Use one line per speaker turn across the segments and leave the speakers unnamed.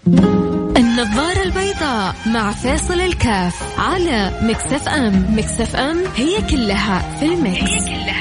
النظارة البيضاء مع فاصل الكاف على ميكس اف ام. ميكس اف ام هي كلها في الميكس.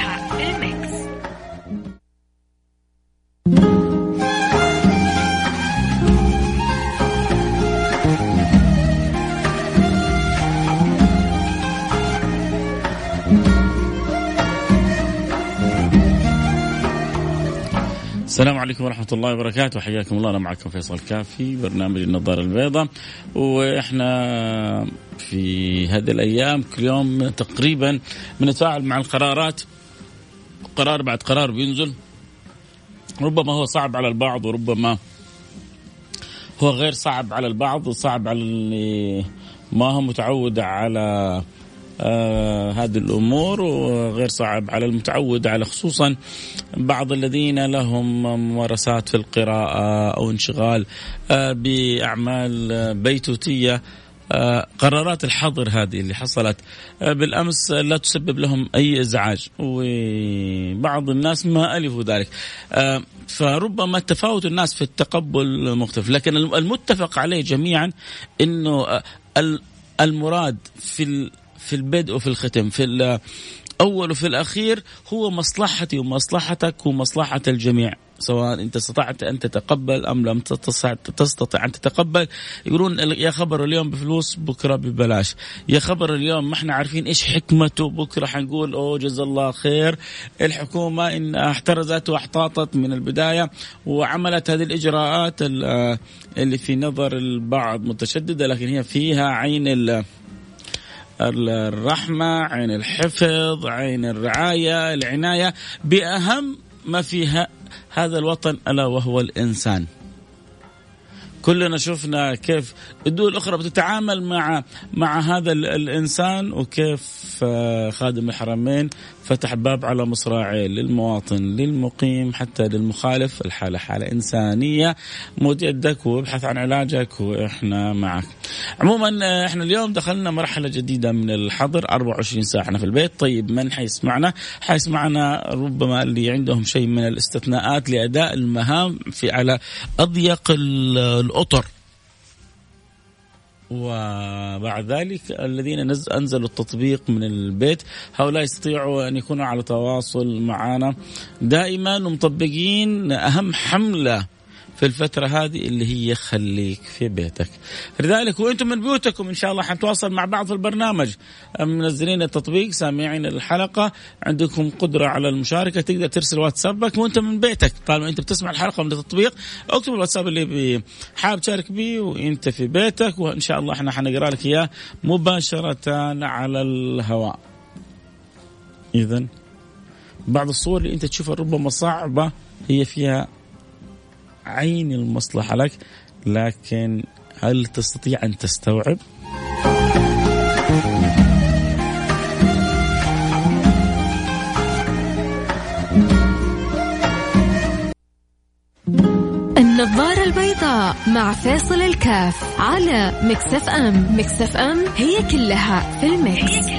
السلام عليكم ورحمة الله وبركاته، حياكم الله. أنا معكم فيصل كافي، برنامج النظارة البيضاء. وإحنا في هذه الأيام كل يوم تقريبا بنتفاعل مع القرارات، قرار بعد قرار بينزل، ربما هو صعب على البعض وربما هو غير صعب على البعض، وصعب على اللي ما هو متعود على هذه الأمور، وغير صعب على المتعود على، خصوصا بعض الذين لهم ممارسات في القراءة أو انشغال بأعمال بيتوتية. قرارات الحظر هذه اللي حصلت بالأمس لا تسبب لهم أي إزعاج، وبعض الناس ما ألفوا ذلك، فربما تفاوت الناس في التقبل مختلف. لكن المتفق عليه جميعا أنه المراد في البدء وفي الختم، في الأول وفي الأخير، هو مصلحتي ومصلحتك ومصلحة الجميع، سواء أنت استطعت أن تتقبل أم لم تستطع أن تتقبل. يقولون يا خبر اليوم بفلوس بكرة ببلاش، يا خبر اليوم ما احنا عارفين إيش حكمته، بكرة حنقول أوه جزا الله خير الحكومة إن احترزت واحتاطت من البداية وعملت هذه الإجراءات اللي في نظر البعض متشددة، لكن هي فيها عين الرحمة، عين الحفظ، عين الرعاية، العناية بأهم ما فيها هذا الوطن ألا وهو الإنسان. كلنا شفنا كيف الدول الأخرى بتتعامل مع هذا الإنسان، وكيف خادم الحرمين فتح باب على مصراعيه للمواطن، للمقيم، حتى للمخالف. الحالة حالة إنسانية، مد يدك وابحث عن علاجك وإحنا معك. عموما إحنا اليوم دخلنا مرحلة جديدة من الحظر، 24 ساعة احنا في البيت. طيب من حيسمعنا ربما اللي عندهم شيء من الاستثناءات لأداء المهام على أضيق الأطر، وبعد ذلك الذين أنزلوا التطبيق من البيت، هؤلاء يستطيعوا أن يكونوا على تواصل معنا دائما ومطبقين أهم حملة في الفترة هذه اللي هي خليك في بيتك. لذلك وأنتم من بيوتكم إن شاء الله حنتواصل مع بعض في البرنامج، منزلين التطبيق، سامعين الحلقة، عندكم قدرة على المشاركة، تقدر ترسل واتسابك وأنت من بيتك. طالما أنت بتسمع الحلقة من التطبيق، اكتب الواتساب اللي حابب تشارك به وأنت في بيتك، وإن شاء الله احنا حنقرأ لك إياه مباشرة على الهواء. إذن بعض الصور اللي أنت تشوفها ربما صعبة، هي فيها عين المصلحة لك، لكن هل تستطيع أن تستوعب؟
النظارة البيضاء مع فاصل الكاف على ميكس اف ام. ميكس اف ام هي كلها في الميكس.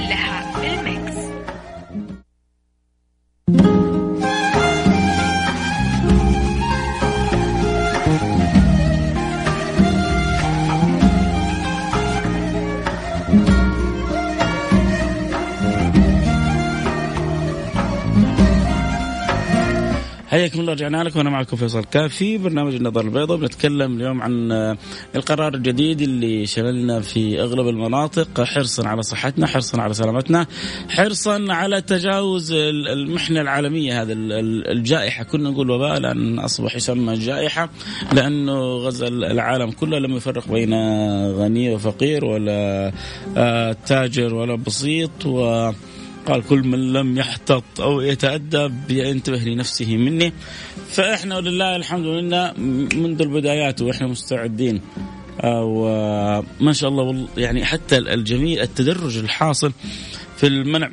حياكم الله، رجعنا لكم وانا معكم فيصل كافي، برنامج النظارة البيضاء. بنتكلم اليوم عن القرار الجديد اللي شللنا في اغلب المناطق، حرصا على صحتنا، حرصا على سلامتنا، حرصا على تجاوز المحنة العالمية، هذا الجائحة. كنا نقول وباء، لأن أصبح يسمى جائحة لأنه غزا العالم كله، لم يفرق بين غني وفقير ولا تاجر ولا بسيط، قال كل من لم يحتط أو يتأدب ينتبه لنفسه مني. فإحنا ولله الحمد لله منذ البدايات وإحنا مستعدين، وما شاء الله يعني حتى الجميل التدرج الحاصل في المنع.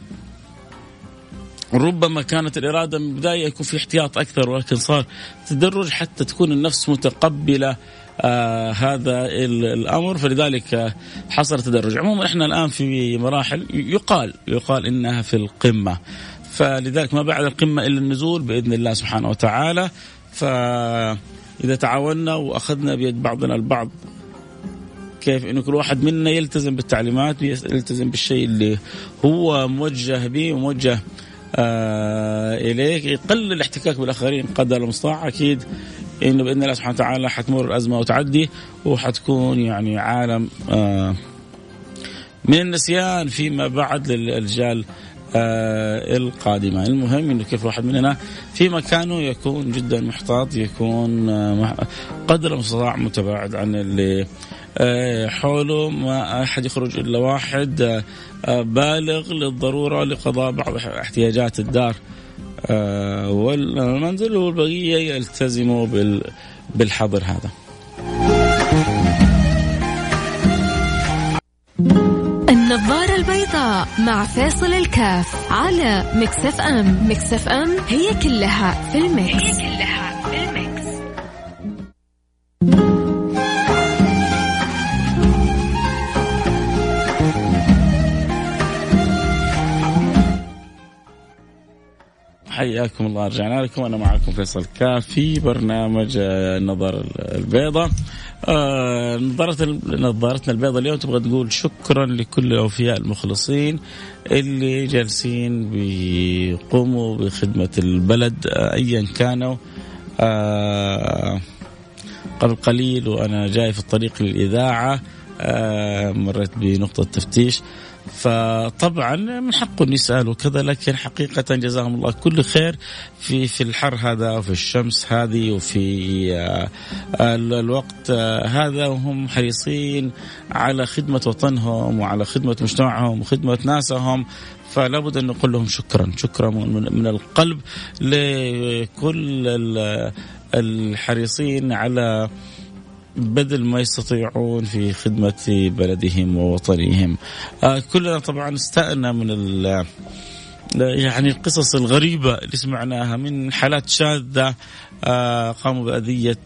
ربما كانت الإرادة من البداية يكون في احتياط أكثر، ولكن صار تدرج حتى تكون النفس متقبلة هذا الأمر، فلذلك حصل تدرج. عموما إحنا الآن في مراحل يقال إنها في القمة، فلذلك ما بعد القمة إلا النزول بإذن الله سبحانه وتعالى. فإذا تعاوننا وأخذنا بيد بعضنا البعض كيف؟ إنه كل واحد منا يلتزم بالتعليمات ويلتزم بالشيء اللي هو موجه به وموجه إليك، يقلل الاحتكاك بالآخرين قدر المستطاع. أكيد إنه بإذن الله سبحانه وتعالى حتمر الأزمة وتعدي، وحتكون يعني عالم من النسيان فيما بعد للأجيال القادمة. المهم إنه كيف واحد مننا في مكانه يكون جدا محتاط، يكون قدر المستطاع متباعد عن اللي حوله. ما أحد يخرج إلا واحد بالغ للضرورة لقضاء بعض احتياجات الدار والمنزل، والبقية يلتزموا بالحظر هذا.
النظارة البيضاء مع فاصل الكاف على مكسف أم. مكسف أم هي كلها في المكس.
حياكم الله، رجعنا لكم. أنا معكم فيصل كاف في برنامج النظارة البيضاء. نظارتنا البيضاء اليوم تبغى تقول شكرا لكل الأوفياء المخلصين اللي جالسين بيقوموا بخدمة البلد أيا كانوا. قبل قليل وأنا جاي في الطريق للإذاعة مرت بنقطة تفتيش، فطبعا من حقه يسألوا كذا، لكن حقيقة جزاهم الله كل خير في الحر هذا وفي الشمس هذه وفي الوقت هذا، وهم حريصين على خدمة وطنهم وعلى خدمة مجتمعهم وخدمة ناسهم. فلا بد أن نقول لهم شكرا من القلب لكل الحريصين على بذل ما يستطيعون في خدمة بلدهم ووطنهم. كلنا طبعا استأنا من يعني القصص الغريبة اللي سمعناها من حالات شاذة قاموا بأذية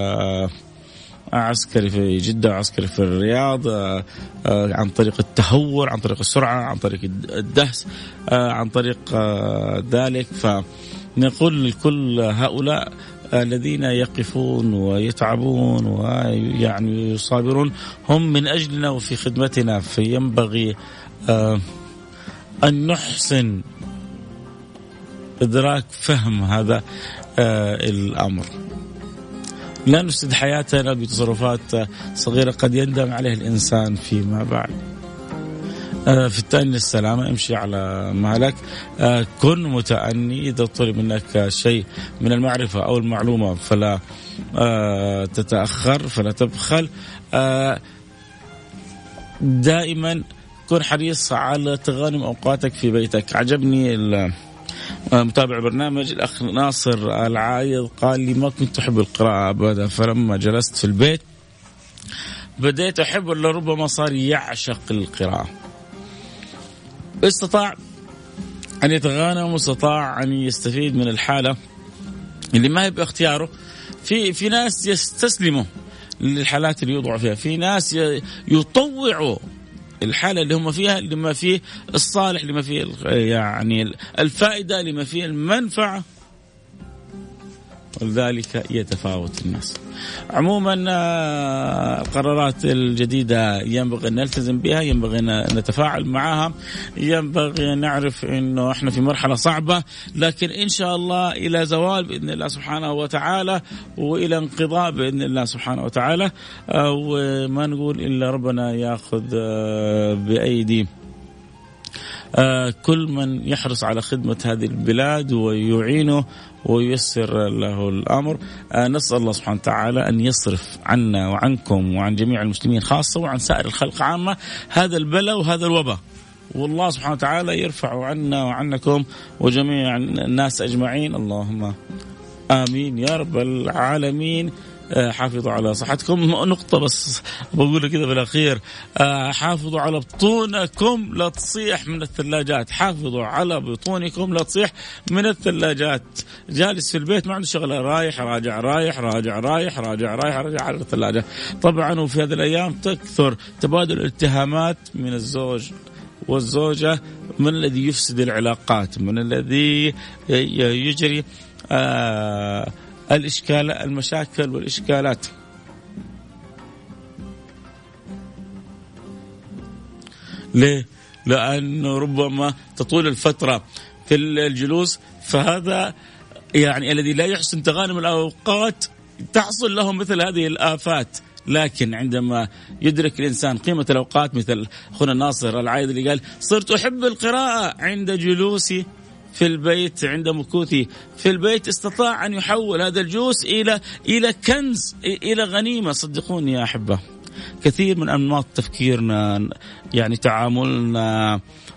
عسكري في جدة وعسكري في الرياض عن طريق التهور، عن طريق السرعة، عن طريق الدهس، عن طريق ذلك. فنقول لكل هؤلاء الذين يقفون ويتعبون ويعني يصابرون هم من أجلنا وفي خدمتنا، فينبغي أن نحسن إدراك فهم هذا الأمر، لا نفسد حياتنا بتصرفات صغيرة قد يندم عليها الإنسان فيما بعد. في التأني السلامة، امشي على مهلك، كن متأني. إذا طلب منك شيء من المعرفة أو المعلومة فلا تتأخر، فلا تبخل. دائما كن حريص على تغانم أوقاتك في بيتك. عجبني متابع برنامج الأخ ناصر العايض قال لي ما كنت أحب القراءة أبدا، فلما جلست في البيت بديت أحب، لربما صار يعشق القراءة. استطاع أن يتغانم واستطاع أن يستفيد من الحالة اللي ما هي باختياره. في ناس يستسلموا للحالات اللي يوضعوا فيها، في ناس يطوعوا الحالة اللي هم فيها لما فيه الصالح، لما فيه يعني الفائدة، لما فيه المنفعة، ولذلك يتفاوت الناس. عموما القرارات الجديدة ينبغي أن نلتزم بها، ينبغي أن نتفاعل معها، ينبغي أن نعرف أنه إحنا في مرحلة صعبة، لكن إن شاء الله إلى زوال بإذن الله سبحانه وتعالى، وإلى انقضاء بإذن الله سبحانه وتعالى. وما نقول إلا ربنا يأخذ بأيدي كل من يحرص على خدمة هذه البلاد ويعينه وييسر له الأمر. نسأل الله سبحانه وتعالى أن يصرف عنا وعنكم وعن جميع المسلمين خاصة وعن سائر الخلق عامة هذا البلاء وهذا الوباء، والله سبحانه وتعالى يرفع عنا وعنكم وجميع الناس أجمعين، اللهم آمين يا رب العالمين. حافظوا على صحتكم. نقطة بس بقول كده بالأخير، حافظوا على بطونكم لا تصيح من الثلاجات، حافظوا على بطونكم لا تصيح من الثلاجات. جالس في البيت ما عنده شغلة، رايح راجع رايح راجع رايح راجع رايح راجع على الثلاجة. طبعا وفي هذه الأيام تكثر تبادل الاتهامات من الزوج والزوجة، من الذي يفسد العلاقات، من الذي يجري المشاكل والإشكالات. ليه؟ لأنه ربما تطول الفترة في الجلوس، فهذا يعني الذي لا يحسن تغانم الأوقات تحصل له مثل هذه الآفات. لكن عندما يدرك الإنسان قيمة الأوقات، مثل أخونا ناصر العايد اللي قال صرت أحب القراءة عند جلوسي في البيت، عند مكوثي في البيت، استطاع أن يحول هذا الجلوس إلى كنز، إلى غنيمة. صدقوني يا أحبة، كثير من أنماط تفكيرنا، يعني تعاملنا،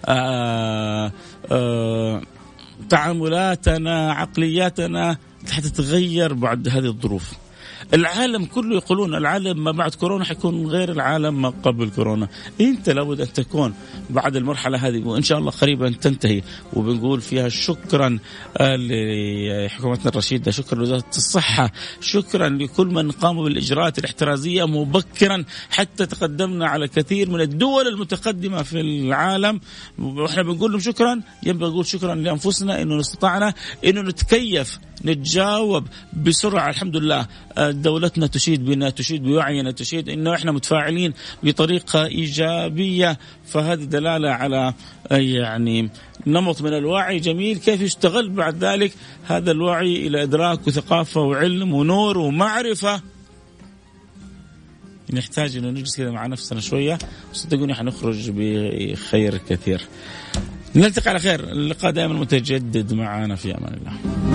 تعاملاتنا، عقلياتنا حتتغير بعد هذه الظروف. العالم كله يقولون العالم ما بعد كورونا حيكون غير العالم ما قبل كورونا. انت لابد ان تكون بعد المرحله هذه، وان شاء الله قريبا تنتهي، وبنقول فيها شكرا لحكومتنا الرشيده، شكرا لوزاره الصحه، شكرا لكل من قاموا بالاجراءات الاحترازيه مبكرا حتى تقدمنا على كثير من الدول المتقدمه في العالم، واحنا بنقول لهم شكرا. ينبغي نقول شكرا لانفسنا انه استطعنا انه نتكيف، نتجاوب بسرعه. الحمد لله دولتنا تشيد بنا، تشيد بوعينا، تشيد انه احنا متفاعلين بطريقه ايجابيه. فهذه دلاله على يعني نمط من الوعي جميل، كيف يشتغل بعد ذلك هذا الوعي الى ادراك وثقافه وعلم ونور ومعرفه. نحتاج انه نجلس كذا مع نفسنا شويه، صدقوني حنخرج بخير كثير. نلتقي على خير، اللقاء دائما متجدد معنا، في امان الله.